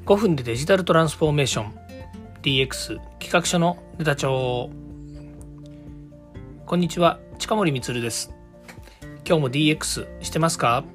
5分でデジタルトランスフォーメーション DX 企画書のネタ帳。こんにちは、近森光です。今日も DX してますか？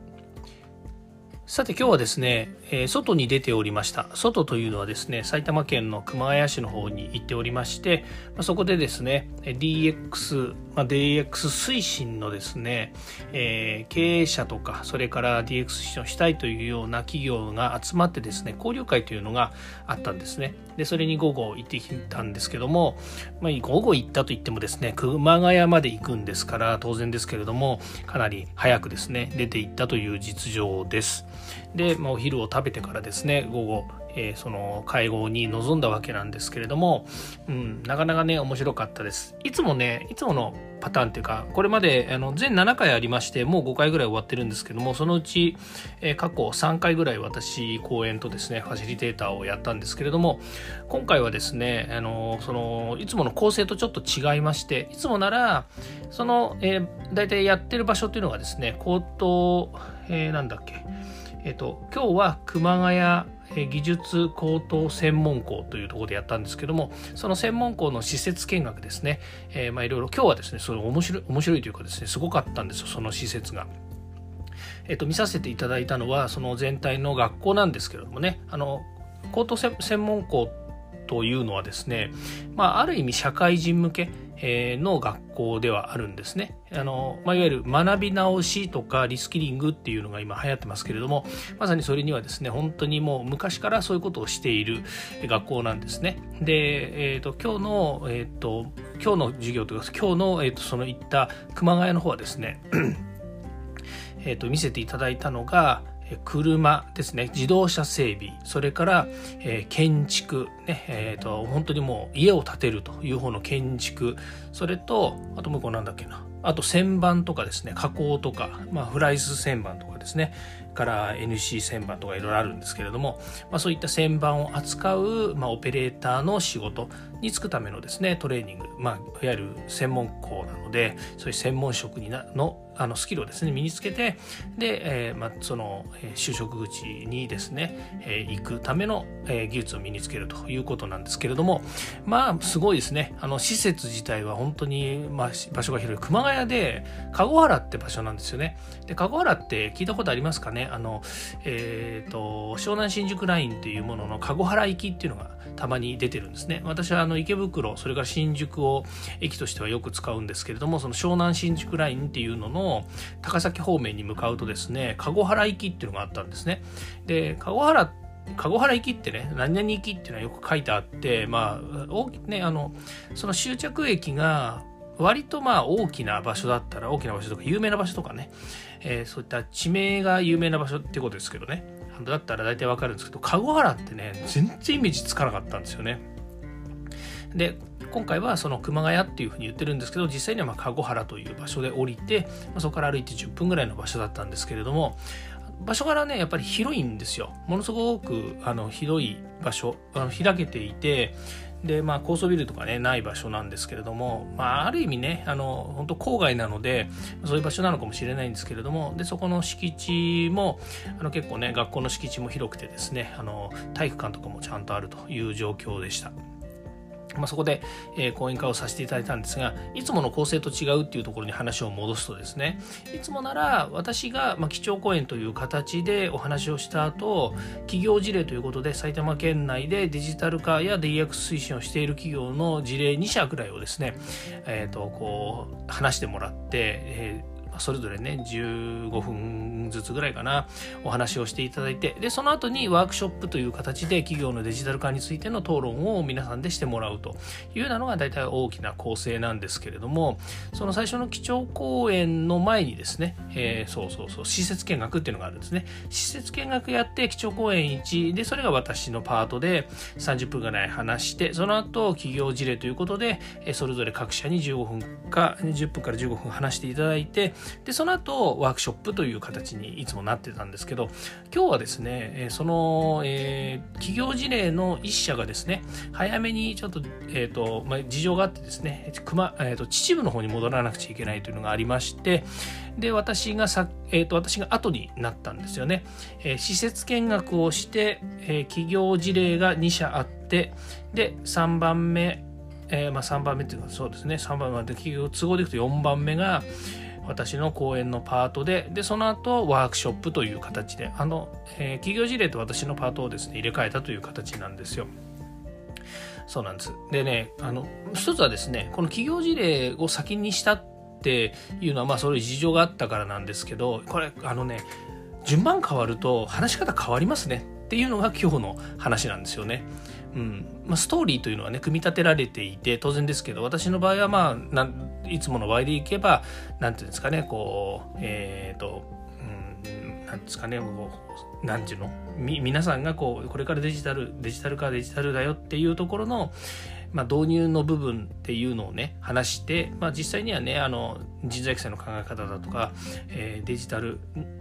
さて今日はですね、外に出ておりました。外というのはですね、埼玉県の熊谷市の方に行っておりまして、そこでですね DX、DX 推進のですね、経営者とかそれから DX 推進をしたいというような企業が集まってですね、交流会というのがあったんですね。でそれに午後行ってきたんですけども、午後行ったといってもですね、熊谷まで行くんですから当然ですけれども、かなり早くですね出て行ったという実情です。で、お昼を食べてからですね、午後、その会合に臨んだわけなんですけれども、なかなかね面白かったです。いつものパターンというか、これまで全7回ありまして、もう5回ぐらい終わってるんですけども、そのうち、過去3回ぐらい私講演とですねファシリテーターをやったんですけれども、今回はですねいつもの構成とちょっと違いまして、いつもなら大体やってる場所というのがですね、今日は熊谷技術高等専門校というところでやったんですけども、その専門校の施設見学ですね、いろいろ今日はですね、それ面白いというかですね、すごかったんですよ、その施設が。見させていただいたのはその全体の学校なんですけれどもね、高等専門校というのはですね、ある意味社会人向けの学校ではあるんですね。いわゆる学び直しとかリスキリングっていうのが今流行ってますけれども、まさにそれにはですね、本当にもう昔からそういうことをしている学校なんですね。で、今日の授業というか、今日の、その行った熊谷の方はですね見せていただいたのが車ですね、自動車整備、それから、建築ね、本当にもう家を建てるという方の建築、それとあともう一個なんだっけな、あと旋盤とかですね、加工とか、フライス旋盤とかですね、から NC 旋盤とかいろいろあるんですけれども、そういった旋盤を扱う、オペレーターの仕事に就くためのですねトレーニング、いわゆる専門校なので、そういう専門職のスキルをですね身につけて、で、その就職口にですね、行くための、技術を身につけるということなんですけれども、すごいですね。施設自体は本当に、場所が広い熊谷で籠原って場所なんですよね。で籠原って聞いたことありますかね。湘南新宿ラインというものの籠原行きっていうのがたまに出てるんですね。私は池袋、それから新宿を駅としてはよく使うんですけれども、その湘南新宿ラインっていうのの高崎方面に向かうとですね、籠原行きっていうのがあったんですね。で籠原行きってね、何々行きっていうのはよく書いてあって、その終着駅が割と大きな場所だったら、大きな場所とか有名な場所とかね、そういった地名が有名な場所ってことですけどね、だったら大体わかるんですけど、籠原ってね全然イメージつかなかったんですよね。で今回はその熊谷っていうふうに言ってるんですけど、実際には籠原という場所で降りて、そこから歩いて10分ぐらいの場所だったんですけれども、場所からねやっぱり広いんですよ。ものすごく広い場所、開けていて、で高層ビルとかねない場所なんですけれども、ある意味ね本当郊外なのでそういう場所なのかもしれないんですけれども、でそこの敷地も結構ね、学校の敷地も広くてですね、体育館とかもちゃんとあるという状況でした。そこで、講演会をさせていただいたんですが、いつもの構成と違うっていうところに話を戻すとですね、いつもなら私が基調講演という形でお話をした後、企業事例ということで埼玉県内でデジタル化や DX 推進をしている企業の事例2社ぐらいをですね、話してもらって、それぞれね15分ずつぐらいかなお話をしていただいて、でその後にワークショップという形で企業のデジタル化についての討論を皆さんでしてもらうというようなのが大体大きな構成なんですけれども、その最初の基調講演の前にですね、施設見学っていうのがあるんですね。施設見学やって基調講演1で、それが私のパートで30分ぐらい話して、その後企業事例ということでそれぞれ各社に15分か10分から15分話していただいて、 でその後ワークショップという形にいつもなってたんですけど、今日はですねその、企業事例の一社がですね早めにちょっと、事情があってですね秩父の方に戻らなくちゃいけないというのがありまして、で私が後になったんですよね。施設見学をして、企業事例が2社あって、で3番目、3番目っていうかそうですね、3番目で企業都合でいくと4番目が私の講演のパートで、その後ワークショップという形で企業事例と私のパートをですね入れ替えたという形なんですよ。そうなんです。でね、一つはですね、この企業事例を先にしたっていうのはそういう事情があったからなんですけど、これ順番変わると話し方変わりますねっていうのが今日の話なんですよね。ストーリーというのはね組み立てられていて当然ですけど、私の場合はいつもの場合でいけばなんていうんですかね、なんですかね、なんていうの、皆さんがこれからデジタルだよっていうところの導入の部分っていうのをね話して、実際にはね人材育成の考え方だとか、デジタル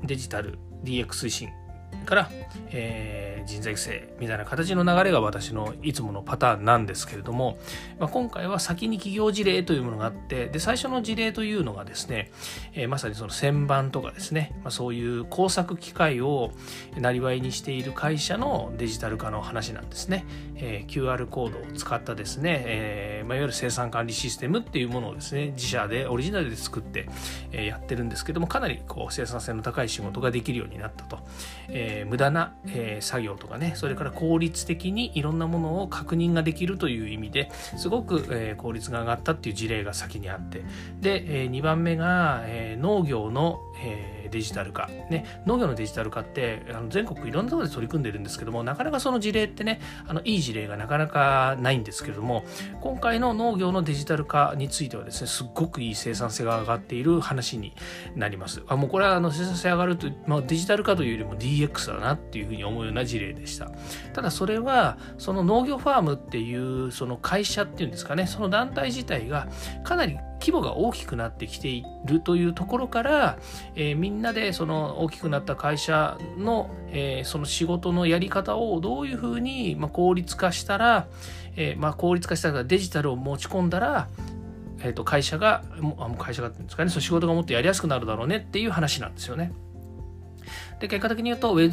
DX 推進から、人材育成みたいな形の流れが私のいつものパターンなんですけれども、今回は先に企業事例というものがあって、で最初の事例というのがですね、まさにその旋盤とかですね、そういう工作機械を生業にしている会社のデジタル化の話なんですね。QR コードを使ったですね、いわゆる生産管理システムっていうものをですね自社でオリジナルで作って、やってるんですけども、かなり生産性の高い仕事ができるようになったと。無駄な、作業とかね、それから効率的にいろんなものを確認ができるという意味ですごく、効率が上がったっていう事例が先にあって、で、2番目が、農業の、デジタル化、農業のデジタル化って全国いろんなところで取り組んでるんですけども、なかなかその事例ってねいい事例がなかなかないんですけれども、今回の農業のデジタル化についてはですねすっごくいい生産性が上がっている話になります。もうこれは生産性上がると、デジタル化というよりも DX だなっていうふうに思うような事例でした。ただそれはその農業ファームっていうその会社っていうんですかね、その団体自体がかなり規模が大きくなってきているというところから、みんなでその大きくなった会社の、その仕事のやり方をどういうふうに、効率化したら、デジタルを持ち込んだら、会社がっていうんですかね、その仕事がもっとやりやすくなるだろうねっていう話なんですよね。で結果的に言うと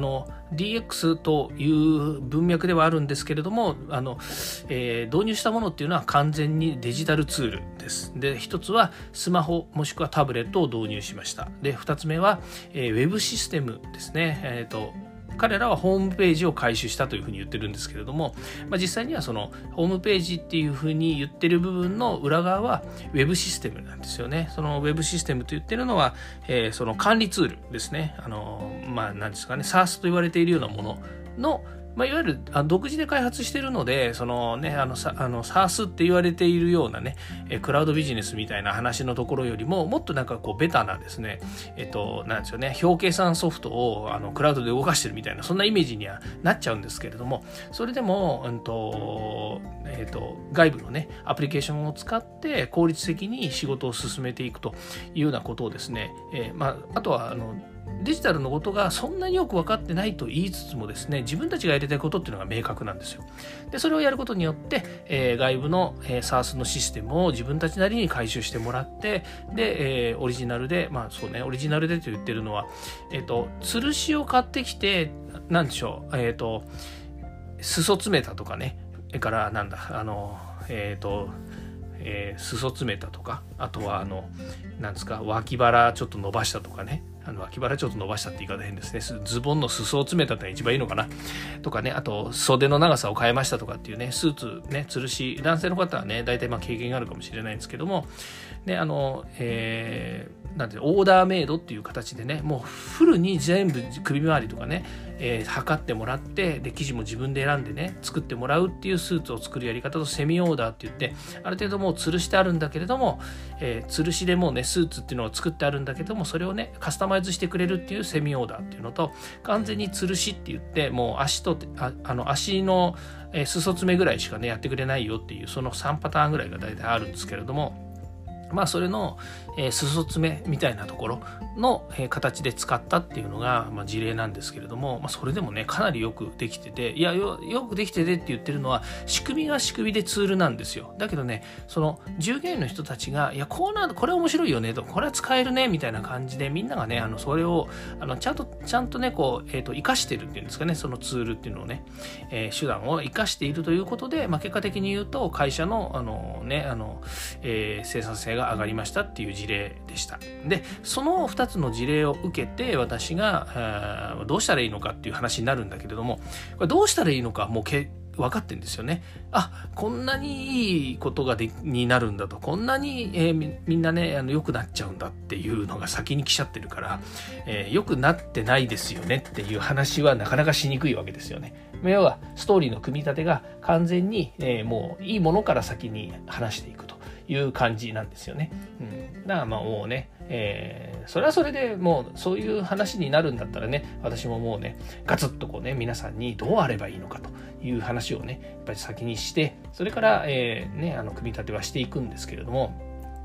DX という文脈ではあるんですけれども、導入したものっていうのは完全にデジタルツールです。で一つはスマホもしくはタブレットを導入しました。で2つ目は、ウェブシステムですね。彼らはホームページを改修したというふうに言ってるんですけれども、実際にはそのホームページっていうふうに言ってる部分の裏側はウェブシステムなんですよね。そのウェブシステムと言ってるのは、その管理ツールですね。何ですかね、SaaS と言われているようなもののいわゆる独自で開発しているので、そのねSaaS って言われているようなねクラウドビジネスみたいな話のところよりももっとベタなですねなんですよね、表計算ソフトをクラウドで動かしてるみたいな、そんなイメージにはなっちゃうんですけれども、それでも外部のねアプリケーションを使って効率的に仕事を進めていくというようなことをですね、あとはデジタルのことがそんなによく分かってないと言いつつもですね、自分たちがやりたいことっていうのが明確なんですよ。でそれをやることによって、外部の、SaaS のシステムを自分たちなりに改修してもらって、で、オリジナルでオリジナルでと言ってるのは吊るしを買ってきてなんでしょう、裾詰めたとかね、それから裾詰めたとか、あとはなんですか、脇腹ちょっと伸ばしたとかね、脇腹ちょっと伸ばしたって言い方変ですね、ズボンの裾を詰めたってのが一番いいのかなとかね、あと袖の長さを変えましたとかっていうね、スーツね、吊るし、男性の方はね大体経験があるかもしれないんですけども、でなんてオーダーメイドっていう形でね、もうフルに全部首周りとかね、測ってもらって、で生地も自分で選んでね作ってもらうっていうスーツを作るやり方とセミオーダーって言って、ある程度もう吊るしてあるんだけれども、吊るしでもうねスーツっていうのを作ってあるんだけども、それをねカスタマイズしてくれるっていうセミオーダーっていうのと、完全に吊るしって言ってもう足の裾詰めぐらいしかねやってくれないよっていう、その3パターンぐらいが大体あるんですけれども、それの、 裾詰めみたいなところの、形で使ったっていうのが、事例なんですけれども、それでもねかなりよくできてて、よくできててって言ってるのは仕組みが仕組みでツールなんですよ。だけどねその従業員の人たちがこれ面白いよねと、これは使えるねみたいな感じでみんながねそれをちゃんとね生かしてるっていうんですかね、そのツールっていうのをね、手段を生かしているということで、結果的に言うと会社の生産性が上がりましたっていう事例でした。でその2つの事例を受けて私がどうしたらいいのかっていう話になるんだけれども、これどうしたらいいのかもう分かってんですよね。こんなにいいことになるんだと、こんなに、みんなね良くなっちゃうんだっていうのが先に来ちゃってるから、良くなってないですよねっていう話はなかなかしにくいわけですよね。要はストーリーの組み立てが完全に、もういいものから先に話していくという感じなんですよね。だからもうね、それはそれでもうそういう話になるんだったらね、私ももうねガツッと皆さんにどうあればいいのかという話をねやっぱり先にして、それから、組み立てはしていくんですけれども、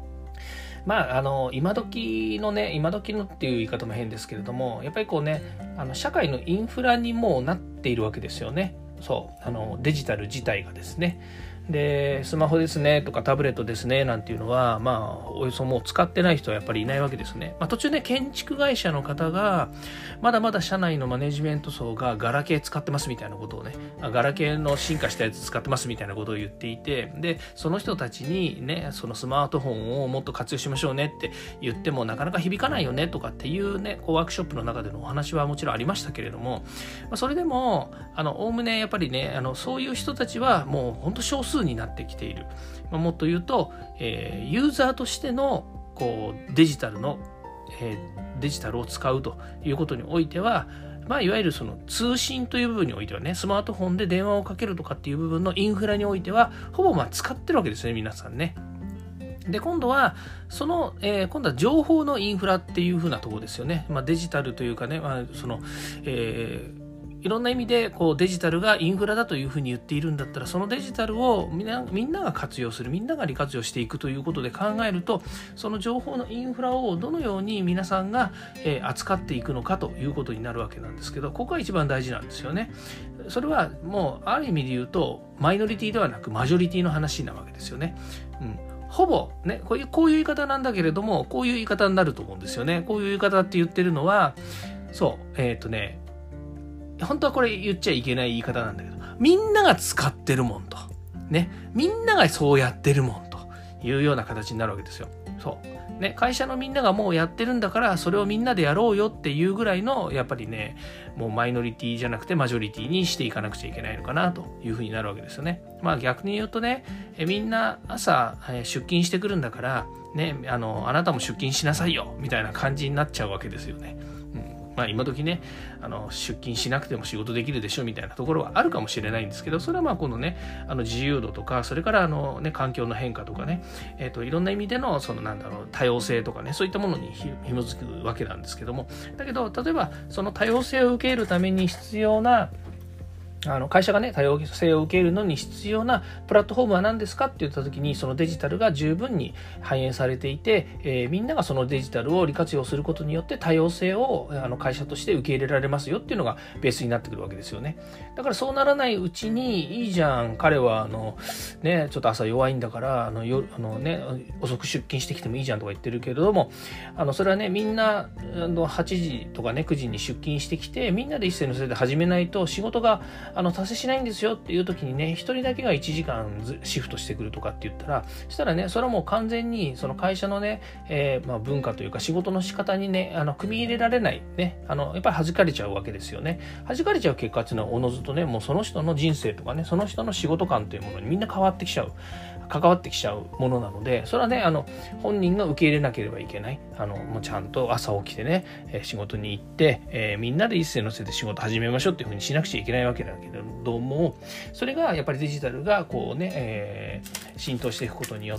今時のっていう言い方も変ですけれども、やっぱり社会のインフラにもうなっているわけですよね。デジタル自体がですね。でスマホですねとかタブレットですねなんていうのはおよそもう使ってない人はやっぱりいないわけですね。途中ね建築会社の方がまだまだ社内のマネジメント層がガラケー使ってますみたいなことをね、ガラケーの進化したやつ使ってますみたいなことを言っていて、でその人たちにねそのスマートフォンをもっと活用しましょうねって言ってもなかなか響かないよねとかっていうねワークショップの中でのお話はもちろんありましたけれども、それでもおおむねやっぱりねそういう人たちはもう本当少数になってきている。もっと言うと、ユーザーとしてのデジタルを使うということにおいては、いわゆるその通信という部分においてはね、スマートフォンで電話をかけるとかっていう部分のインフラにおいてはほぼ使ってるわけですね、皆さんね。で今度は今度は情報のインフラっていう風なところですよね。デジタルというかね、いろんな意味でデジタルがインフラだというふうに言っているんだったら、そのデジタルをみんなが活用する、みんなが利活用していくということで考えると、その情報のインフラをどのように皆さんが扱っていくのかということになるわけなんですけど、ここが一番大事なんですよね。それはもうある意味で言うとマイノリティではなくマジョリティの話なわけですよね。ほぼねこういう言い方なんだけれども、こういう言い方になると思うんですよね。こういう言い方って言ってるのは本当はこれ言っちゃいけない言い方なんだけど、みんなが使ってるもんとね、みんながそうやってるもんというような形になるわけですよ。会社のみんながもうやってるんだから、それをみんなでやろうよっていうぐらいのやっぱりね、もうマイノリティじゃなくてマジョリティにしていかなくちゃいけないのかなというふうになるわけですよね。逆に言うとね、みんな朝出勤してくるんだからね、あなたも出勤しなさいよみたいな感じになっちゃうわけですよね。今時ね出勤しなくても仕事できるでしょみたいなところはあるかもしれないんですけど、それはこのね自由度とか、それから環境の変化とかね、いろんな意味での多様性とかね、そういったものに紐づくわけなんですけども、だけど例えばその多様性を受け入れるために必要な会社がね多様性を受け入れるのに必要なプラットフォームは何ですかって言った時に、そのデジタルが十分に反映されていて、みんながそのデジタルを利活用することによって多様性を会社として受け入れられますよっていうのがベースになってくるわけですよね。だからそうならないうちに、いいじゃん彼はちょっと朝弱いんだから遅く出勤してきてもいいじゃんとか言ってるけれども、それはねみんな8時とかね9時に出勤してきて、みんなで一斉のせいで始めないと仕事が達成しないんですよっていう時にね、一人だけが1時間シフトしてくるとかって言ったら、そしたらねそれはもう完全にその会社のね、文化というか仕事の仕方にね組み入れられないね、やっぱり弾かれちゃうわけですよね。弾かれちゃう結果っていうのはおのずとね、もうその人の人生とかね、その人の仕事観というものにみんな関わってきちゃうものなので、それはね本人が受け入れなければいけない。もうちゃんと朝起きてね仕事に行って、みんなで一斉のせいで仕事始めましょうっていうふうにしなくちゃいけないわけだけれども、それがやっぱりデジタルが浸透していくことによって、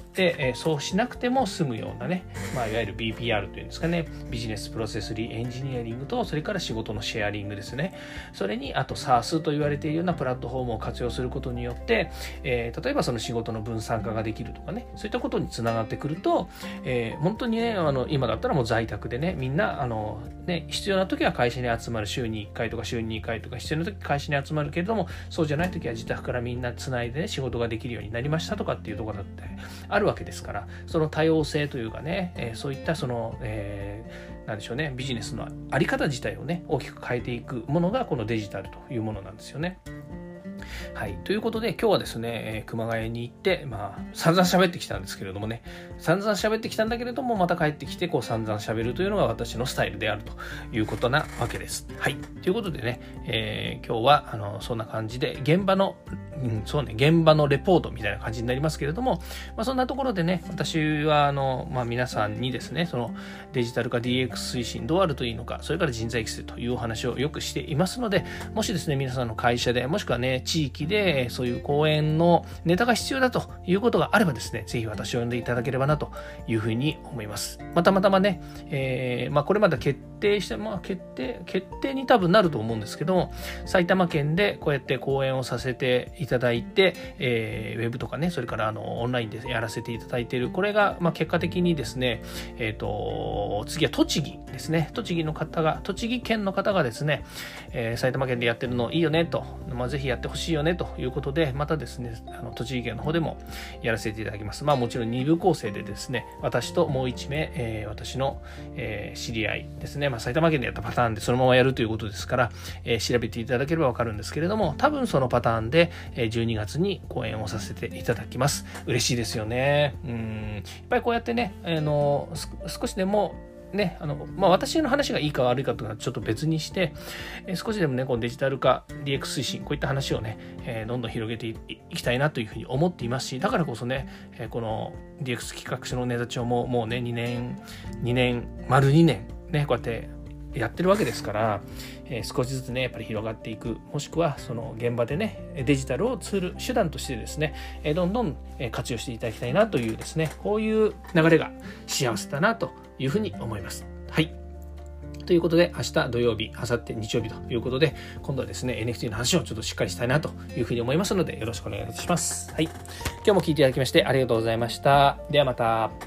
そうしなくても済むようなね、いわゆる BPR というんですかね、ビジネスプロセスリエンジニアリングと、それから仕事のシェアリングですね。それにあと SaaS と言われているようなプラットフォームを活用することによって、例えばその仕事の分散化ができるとかね、そういったことにつながってくると、本当にね、今だったらもう在宅でね、みんな必要な時は会社に集まる、週に1回とか週に2回とか、必要な時会社に集まるけれども、そうじゃない時は自宅からみんなつないでね、仕事ができるようになりましたとかっていうところだってあるわけですから、その多様性というかね、そういったその、なんでしょうね、ビジネスのあり方自体をね、大きく変えていくものがこのデジタルというものなんですよね。はい。ということで、今日はですね、熊谷に行って、散々喋ってきたんですけれどもね、散々喋ってきたんだけれども、また帰ってきて、散々喋るというのが私のスタイルであるということなわけです。はい。ということでね、今日は、そんな感じで、現場のレポートみたいな感じになりますけれども、そんなところでね、私は、皆さんにですね、そのデジタル化 DX 推進どうあるといいのか、それから人材育成というお話をよくしていますので、もしですね、皆さんの会社で、もしくはね、地域でそういう講演のネタが必要だということがあればですね、ぜひ私を呼んでいただければなというふうに思います。たまたまね、これまで決定して、決定に多分なると思うんですけども、埼玉県でこうやって講演をさせていただいて、ウェブとかね、それからオンラインでやらせていただいている、これが結果的にですね、次は栃木ですね、栃木県の方がですね、埼玉県でやってるのいいよねと、ぜひやってほしいよねということで、またですね、栃木県の方でもやらせていただきます。もちろん2部構成でですね、私ともう1名、私の、知り合いですね、埼玉県でやったパターンでそのままやるということですから、調べていただければわかるんですけれども、多分そのパターンで12月に講演をさせていただきます。嬉しいですよね。やっぱりこうやってね、少しでもね、私の話がいいか悪いかとかちょっと別にして、少しでもね、このデジタル化 DX 推進、こういった話をね、どんどん広げていきたいなというふうに思っていますし、だからこそね、この DX 企画書のネタ帳ももうね、丸2年ね、こうやってやってるわけですから、少しずつね、やっぱり広がっていく、もしくはその現場でね、デジタルを手段としてですね、どんどん活用していただきたいなというですね、こういう流れが幸せだなというふうに思います。はい。ということで、明日土曜日、明後日日曜日ということで、今度はですね、NFT の話をちょっとしっかりしたいなというふうに思いますので、よろしくお願いします。はい。今日も聞いていただきましてありがとうございました。ではまた。